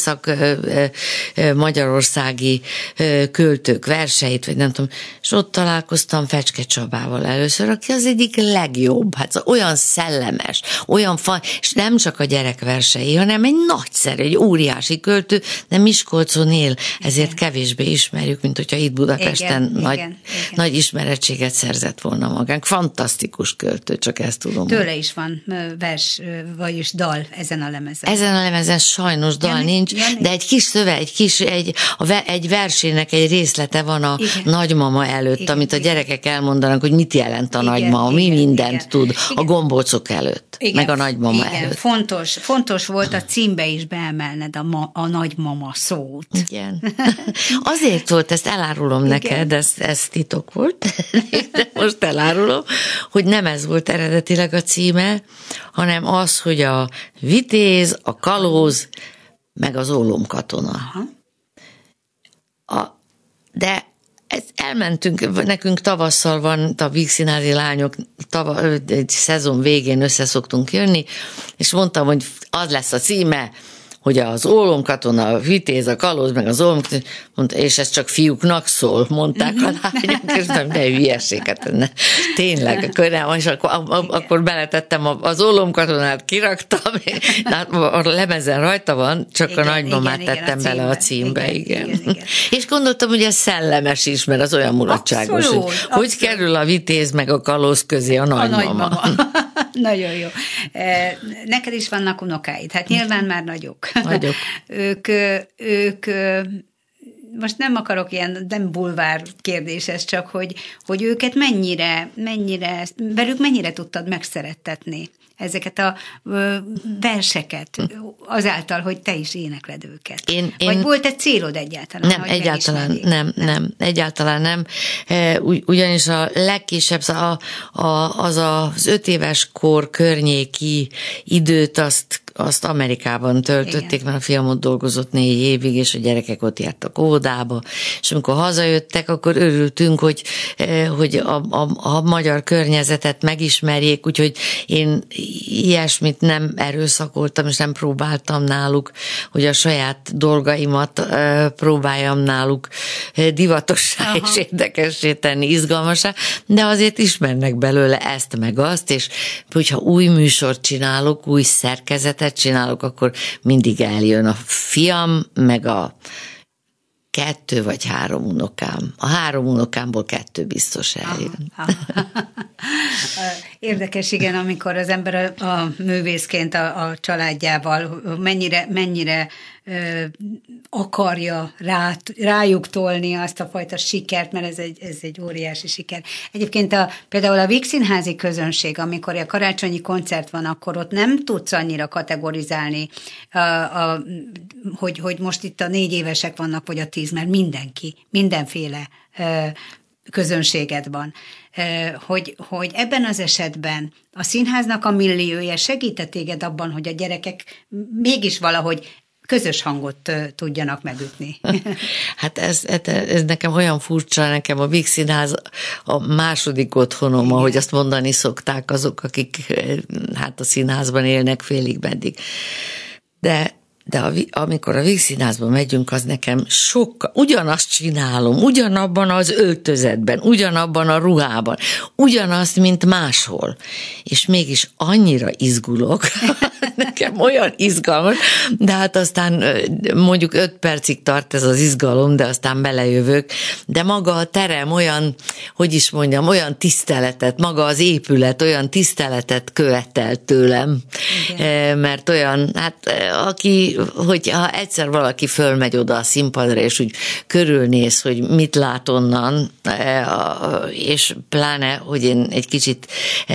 észak-magyarországi költők verseit, vagy nem tudom, és ott találkoztam Fecske Csabával először, aki az egyik legjobb, hát olyan szellemes, olyan és nem csak a gyerekversei, hanem egy nagyszerű, egy óriási költő, de Miskolcon él, ezért kevésbé ismerjük, mint hogyha itt Budapesten nagy ismerettséget szerzett volna magánk. Fantasztikus költő, csak ezt tudom. Tőle is van vers, vagyis dal ezen a lemezen. Ezen a lemezen sajnos dal nincs, de egy kis szöveg, egy versének egy részlete van a nagymama előtt, amit a gyerekek elmondanak, hogy mit jelent a nagymama, mi mindent tud a gombócok előtt, meg a nagymama előtt. Fontos volt a címbe is beemelned a nagymama szót. Igen. Azért volt, ezt elárulom neked, ez titok volt, de most elárulom, hogy nem ez volt eredetileg a címe, hanem az, hogy a vitéz, a kalóz, meg az ólomkatona. De elmentünk, nekünk tavasszal van, a vígszínázi lányok egy szezon végén össze szoktunk jönni, és mondtam, hogy az lesz a címe, hogy az ólomkatona, a vitéz, a kalóz, meg az ólomkatona, mondta, és ez csak fiúknak szól, mondták a lányok, és nem, de hülyeséget. Tényleg, akkor beletettem az ólomkatonát, kiraktam, a lemezen rajta van, csak a nagymamát tettem bele a címbe, igen. És gondoltam, hogy ez szellemes is, mert az olyan mulatságos, hogy kerül a vitéz meg a kalóz közé a nagymama. Nagyon jó. Neked is vannak unokáid, hát nyilván már nagyok. Ők most nem akarok nem bulvár kérdés ez, csak hogy őket velük mennyire tudtad megszerettetni ezeket a verseket, azáltal, hogy te is énekled őket. Vagy volt egy célod egyáltalán? Egyáltalán nem. Ugyanis a legkisebb, az 5 éves kor környéki időt azt azt Amerikában töltötték, mert a fiam ott dolgozott 4 évig, és a gyerekek ott jártak óvodába, és amikor hazajöttek, akkor örültünk, hogy a magyar környezetet megismerjék, úgyhogy én ilyesmit nem erőszakoltam, és nem próbáltam náluk, hogy a saját dolgaimat próbáljam náluk divatossá és érdekessé tenni, izgalmasá, de azért ismernek belőle ezt meg azt, és hogyha új műsort csinálok, új szerkezetet csinálok, akkor mindig eljön a fiam, meg a 2 vagy 3 unokám. A 3 unokámból 2 biztos eljön. Érdekes, igen, amikor az ember a művészként a családjával mennyire akarja rájuk tolni azt a fajta sikert, mert ez egy óriási siker. Egyébként például a Víg Színházi közönség, amikor a karácsonyi koncert van, akkor ott nem tudsz annyira kategorizálni, hogy most itt a 4 évesek vannak, vagy a 10, mert mindenféle közönséged van. Hogy ebben az esetben a színháznak a milliója segített téged abban, hogy a gyerekek mégis valahogy közös hangot tudjanak megütni. Hát ez nekem olyan furcsa, nekem a Víg Színház a második otthonom, igen, ahogy azt mondani szokták azok, akik hát a színházban élnek félig meddig. De amikor a Víg Színházba megyünk, az nekem sokkal, ugyanazt csinálom, ugyanabban az öltözetben, ugyanabban a ruhában, ugyanazt, mint máshol. És mégis annyira izgulok, nekem olyan izgalmas, de hát aztán mondjuk 5 percig tart ez az izgalom, de aztán belejövök, de maga a terem olyan, hogy is mondjam, olyan tiszteletet, maga az épület olyan tiszteletet követel tőlem, igen, mert olyan, hát hogyha egyszer valaki fölmegy oda a színpadra, és úgy körülnéz, hogy mit lát onnan, és pláne, hogy én egy kicsit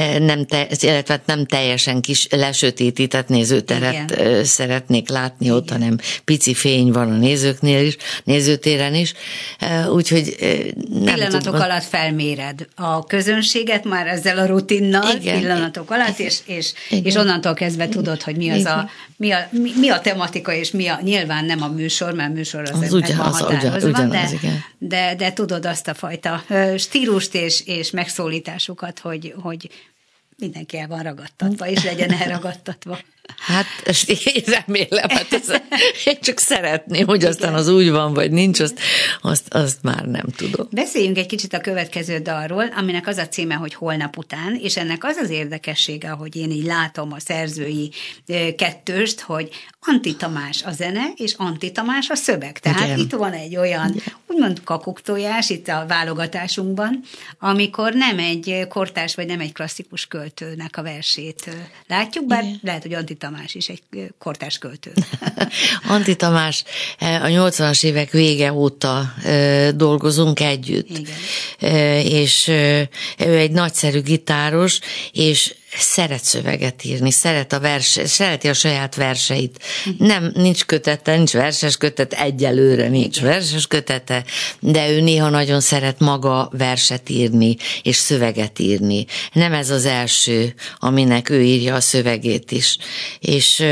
nem teljesen kis lesötétített nézőteret, igen, szeretnék látni, igen, ott, hanem pici fény van a nézőknél is, nézőtéren is, úgyhogy nem pillanatok tudom. alatt felméred a közönséget már ezzel a rutinnal, igen, pillanatok alatt, és onnantól kezdve tudod, hogy mi a tematika, és nyilván nem a műsor, mert a műsor az meg van határozva, de tudod azt a fajta stílust és megszólításukat, hogy mindenki el van ragadtatva, és legyen elragadtatva. Hát ezt én remélem, én csak szeretném, hogy aztán az úgy van, vagy nincs, azt már nem tudom. Beszéljünk egy kicsit a következő dalról, aminek az a címe, hogy Holnap után, és ennek az az érdekessége, hogy én így látom a szerzői kettőst, hogy Antti Tamás a zene, és Antti Tamás a szöveg. Tehát igen, itt van egy olyan, igen, úgymond kakuktojás itt a válogatásunkban, amikor nem egy kortárs, vagy nem egy klasszikus költőnek a versét látjuk, bár igen, lehet, hogy Antti Tamás is egy kortárs költő. Antti Tamás, a 80-as évek vége óta dolgozunk együtt. Igen. És ő egy nagyszerű gitáros, és szeret szöveget írni, szereti a saját verseit. Nincs kötete, nincs verses kötet, egyelőre nincs verses kötete, de ő néha nagyon szeret maga verset írni, és szöveget írni. Nem ez az első, aminek ő írja a szövegét is. És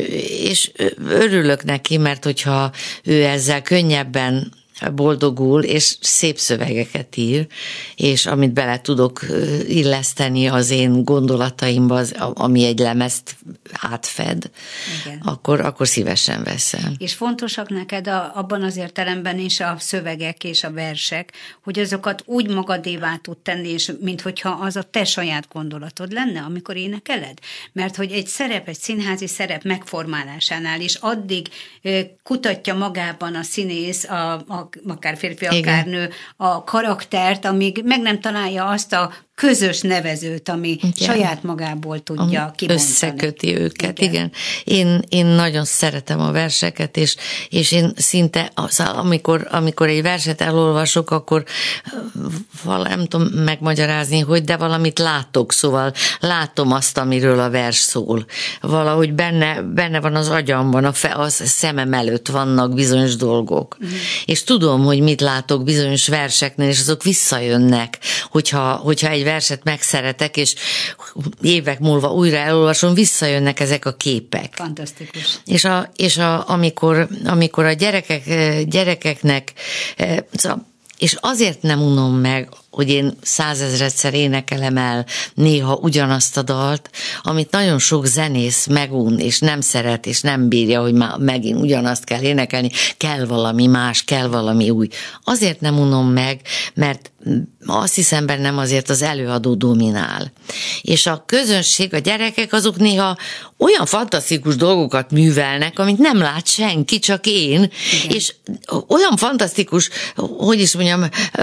örülök neki, mert hogyha ő ezzel könnyebben boldogul, és szép szövegeket ír, és amit bele tudok illeszteni az én gondolataimba, ami egy lemezt átfed, akkor szívesen veszem. És fontosak neked abban az értelemben is a szövegek és a versek, hogy azokat úgy magadévá tud tenni, és minthogyha az a te saját gondolatod lenne, amikor énekeled? Mert hogy egy színházi szerep megformálásánál is addig kutatja magában a színész, akár férfi, akár nő, a karaktert, amíg meg nem találja azt a közös nevezőt, ami igen, saját magából tudja kibontani. Összeköti őket, igen. Én nagyon szeretem a verseket, és én szinte, amikor egy verset elolvasok, akkor nem tudom megmagyarázni, de valamit látok, szóval látom azt, amiről a vers szól. Valahogy benne van az agyamban, a szemem előtt vannak bizonyos dolgok. És tudom, hogy mit látok bizonyos verseknél, és azok visszajönnek, hogyha egy verset megszeretek, és évek múlva újra elolvasom, visszajönnek ezek a képek. Fantasztikus. Amikor a gyerekeknek, és azért nem unom meg, hogy én 100 000-szer énekelem el néha ugyanazt a dalt, amit nagyon sok zenész megún, és nem szeret, és nem bírja, hogy már megint ugyanazt kell énekelni, kell valami más, kell valami új. Azért nem unom meg, mert azt hiszem bennem azért az előadó dominál. És a közönség, a gyerekek azok néha olyan fantasztikus dolgokat művelnek, amit nem lát senki, csak én, igen. És olyan fantasztikus, hogy is mondjam,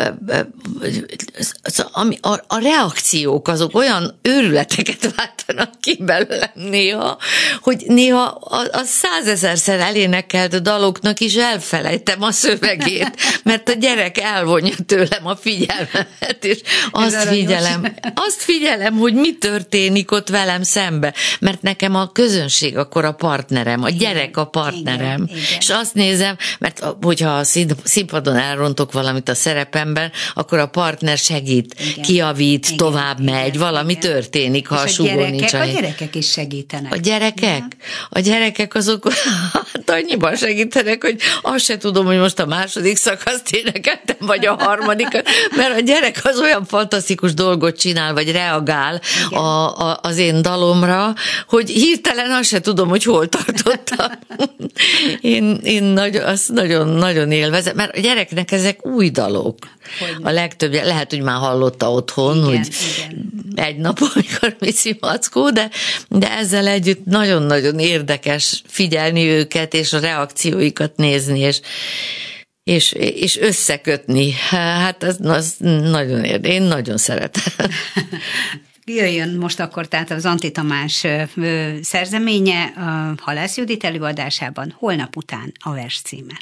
a reakciók azok olyan őrületeket váltanak ki belőlem néha, hogy néha a 100 000-szer elénekelt daloknak is elfelejtem a szövegét, mert a gyerek elvonja tőlem a figyelmet, és azt figyelem, hogy mi történik ott velem szembe, mert nekem a közönség akkor a partnerem, a gyerek a partnerem, igen. És azt nézem, mert hogyha a színpadon elrontok valamit a szerepemben, akkor a partner segít, igen. Kijavít, igen. Tovább megy, valami történik, ha a sugóni a gyerekek is segítenek. A gyerekek? A gyerekek azok hát annyiban segítenek, hogy azt se tudom, hogy most a második szakaszt énekeltem, vagy a harmadikat, mert a gyerek az olyan fantasztikus dolgot csinál, vagy reagál az én dalomra, hogy hirtelen azt se tudom, hogy hol tartottam. Én azt nagyon élvezem, mert a gyereknek ezek új dalok. A legtöbb, lehet, hogy már hallotta otthon, igen, hogy igen. Egy nap, amikor Mici Mackó, de ezzel együtt nagyon-nagyon érdekes figyelni őket, és a reakcióikat nézni, és összekötni. Hát az nagyon érdekes. Én nagyon szeretem. Jöjjön most akkor tehát az Antti Tamás szerzeménye a Halász Judit előadásában, Holnap után a vers címe.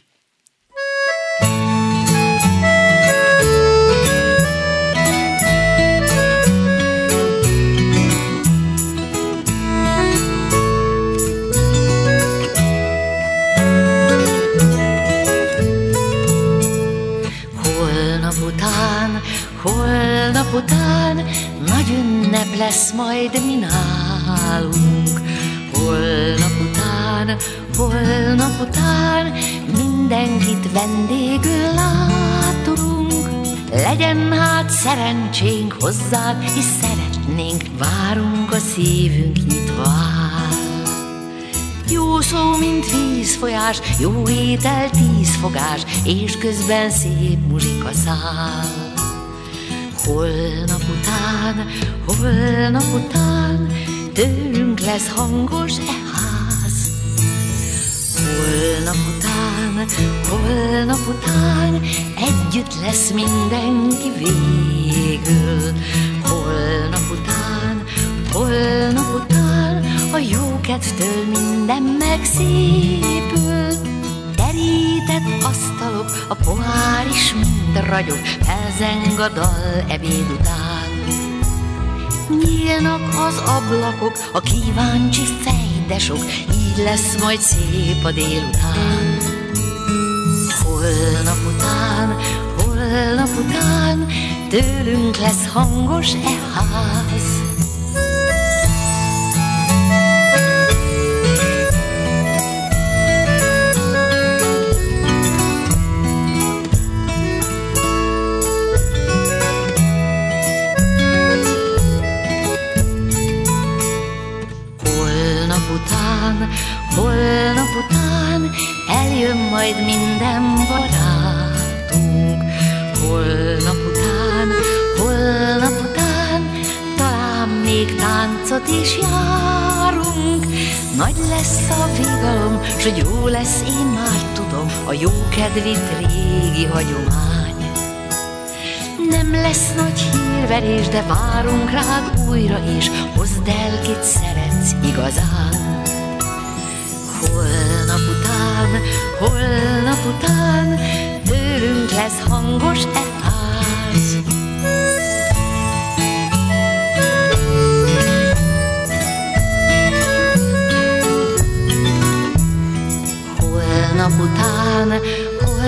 Holnap után nagy ünnep lesz majd mi nálunk. Holnap után mindenkit vendégül látunk. Legyen hát szerencsénk hozzád, hisz szeretnénk, várunk, a szívünk nyitva áll. Jó szó, mint vízfolyás, jó étel 10 fogás, és közben szép muzsika száll. Holnap után tőlünk lesz hangos e ház. Holnap után együtt lesz mindenki végül. Holnap után a jókedvtől minden megszépül. Terített asztalok, a pohár is mind ragyog, felzeng a dal ebéd után. Nyílnak az ablakok, a kíváncsi fej, de sok, így lesz majd szép a délután. Holnap után tőlünk lesz hangos e ház. Holnap után eljön majd minden barátunk. Holnap után talán még táncot is járunk. Nagy lesz a vigalom, s hogy jó lesz, én már tudom, a jókedvit régi hagyomány. Nem lesz nagy hírverés, de várunk rád újra, és hozd el, kit szeretsz igazán. Holnap után tőlünk lesz hangos e ház. Holnap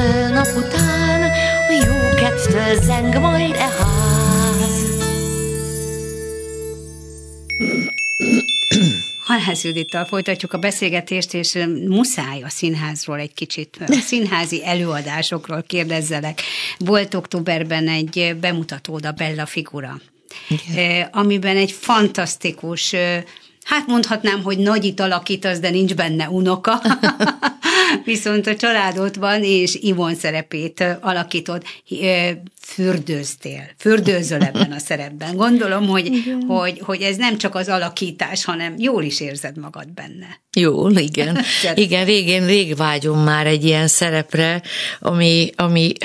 után a jókedvtől zeng majd e ház. Halász Judittal folytatjuk a beszélgetést, és muszáj a színházról egy kicsit, a színházi előadásokról kérdezzelek. Volt októberben egy bemutatód, a Bella Figura, amiben egy fantasztikus, hát mondhatnám, hogy nagyit alakítasz, de nincs benne unoka, viszont a család ott van, és Ivon szerepét alakítod. Fürdőzöl ebben a szerepben. Gondolom, hogy ez nem csak az alakítás, hanem jól is érzed magad benne. Jól, igen. Igen, rég vágyom már egy ilyen szerepre, ami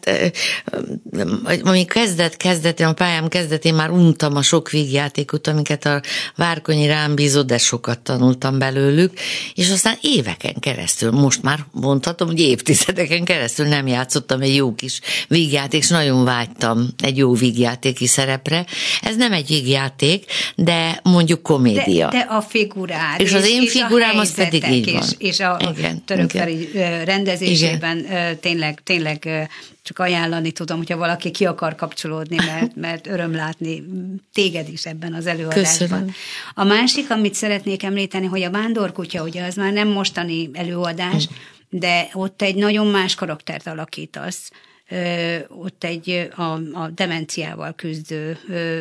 kezdetén, a pályám kezdetén már untam a sok vígjátékot, amiket a Várkonyi rám bízott, de sokat tanultam belőlük, és aztán éveken keresztül, most már mondhatom, hogy évtizedeken keresztül nem játszottam egy jó kis vígjáték, és nagyon vágytam egy jó vígjátéki szerepre. Ez nem egy vígjáték, de mondjuk komédia. De a figurád. És az én figurám az pedig így van. És a Török Feri rendezésében tényleg csak ajánlani tudom, hogyha valaki ki akar kapcsolódni, mert öröm látni téged is ebben az előadásban. Köszönöm. A másik, amit szeretnék említeni, hogy a Vándorkutya, ugye az már nem mostani előadás, de ott egy nagyon más karaktert alakítasz. Ott a demenciával küzdő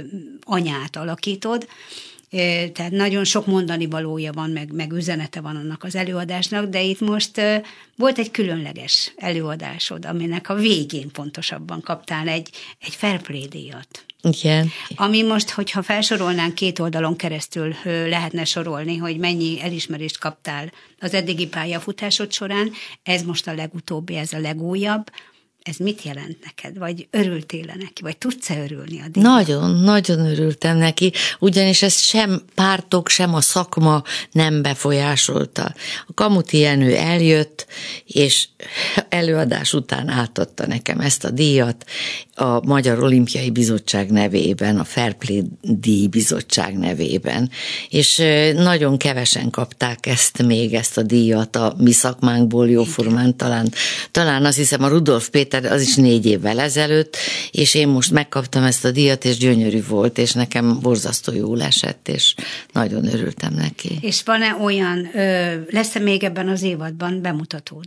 anyát alakítod, tehát nagyon sok mondani valója van, meg üzenete van annak az előadásnak, de itt most volt egy különleges előadásod, aminek a végén pontosabban kaptál egy Fair Play díjat. Igen. Ami most, hogyha felsorolnánk 2 oldalon keresztül lehetne sorolni, hogy mennyi elismerést kaptál az eddigi pályafutásod során, ez most a legutóbbi, ez a legújabb. Ez mit jelent neked? Vagy örültél neki? Vagy tudsz-e örülni a díjnak? Nagyon örültem neki, ugyanis ezt sem pártok, sem a szakma nem befolyásolta. A Kamuti Jenő eljött, és előadás után átadta nekem ezt a díjat a Magyar Olimpiai Bizottság nevében, a Fair Play díj bizottság nevében. És nagyon kevesen kapták ezt a díjat a mi szakmánkból jóformán, talán azt hiszem a Rudolf Péter, az is 4 évvel ezelőtt, és én most megkaptam ezt a díjat, és gyönyörű volt, és nekem borzasztó jól esett, és nagyon örültem neki. És van-e olyan, lesz-e még ebben az évadban bemutatód?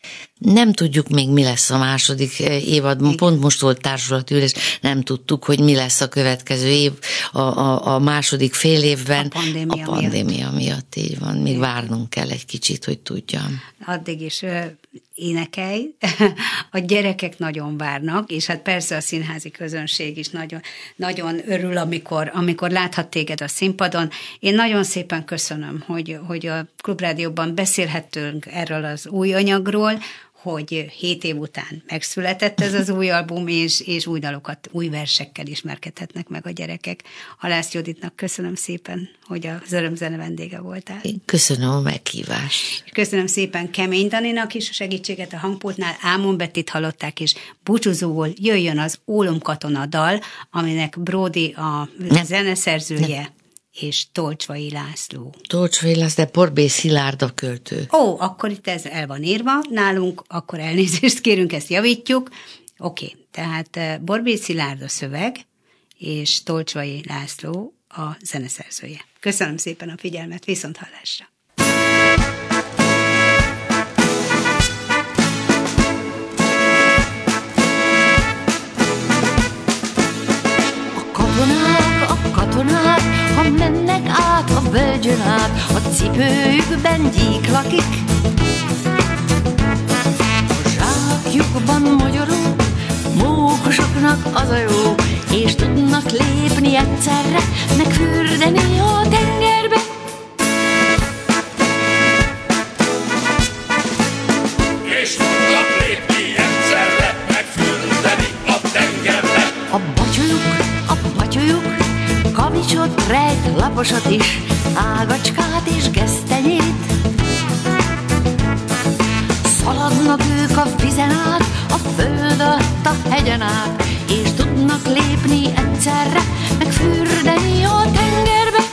Nem tudjuk még, mi lesz a második évadban. Igen. Pont most volt társulatülés, nem tudtuk, hogy mi lesz a következő év, a második fél évben. A pandémia miatt, így van. Még várnunk kell egy kicsit, hogy tudjam. Addig is énekelj. A gyerekek nagyon várnak, és hát persze a színházi közönség is nagyon, nagyon örül, amikor láthat téged a színpadon. Én nagyon szépen köszönöm, hogy a Klubrádióban beszélhettünk erről az új anyagról, hogy 7 év után megszületett ez az új album, és új dalokat, új versekkel ismerkedhetnek meg a gyerekek. Halász Juditnak köszönöm szépen, hogy az Örömzene vendége voltál. Én köszönöm a meghívást. Köszönöm szépen Kemény Daninak is a segítséget a hangpultnál, Ámon Bettit hallották, és búcsúzóul jöjjön az Ólomkatona dal, aminek Bródi a zeneszerzője, és Tolcsvai László. Tolcsvai László, de Borbély Szilárd a költő. Ó, akkor itt ez el van írva nálunk, akkor elnézést kérünk, ezt javítjuk. Oké, tehát Borbély Szilárd a szöveg, és Tolcsvai László a zeneszerzője. Köszönöm szépen a figyelmet, viszonthallásra! Katonák, ha mennek át a völgyön át, a cipőjükben gyík lakik. A zsákjukban magyarul, mókusoknak az a jó, és tudnak lépni egyszerre, meg fürdeni a tengerbe. És tudnak lépni egyszerre, meg fürdeni a tengerbe. A batyujuk, kavicsot rejt, laposat is, ágacskát és gesztenyét. Szaladnak ők a vizen át, a föld alatt a hegyen át, és tudnak lépni egyszerre, meg fürdeni a tengerbe.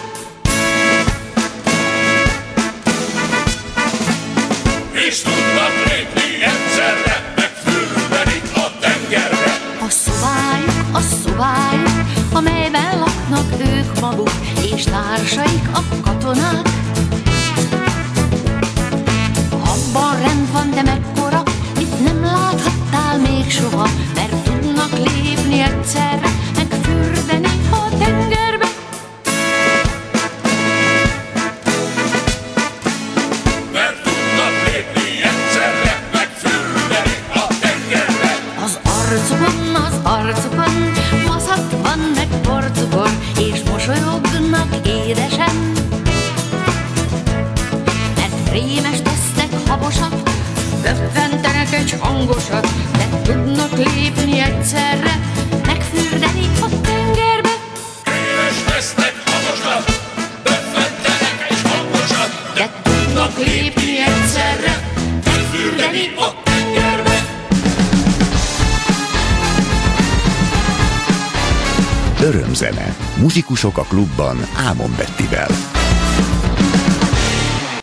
És tudnak lépni egyszerre, meg fürdeni a tengerbe. A szobájuk, amelyben laknak ők maguk, és társaik a katonák. arcukon, maszat van meg porcukor, és mosolyognak édesen. Mert rémes tesznek, habosak, böffentenek egy hangosat, de tudnak lépni egyszerre, megfürdeni a tengerbe. Rémes tesznek, habosak, böffentenek egy hangosat, De tudnak lépni egyszerre, megfürdeni a tengerbe. Örömzene. Muzsikusok a klubban Ámon Bettivel.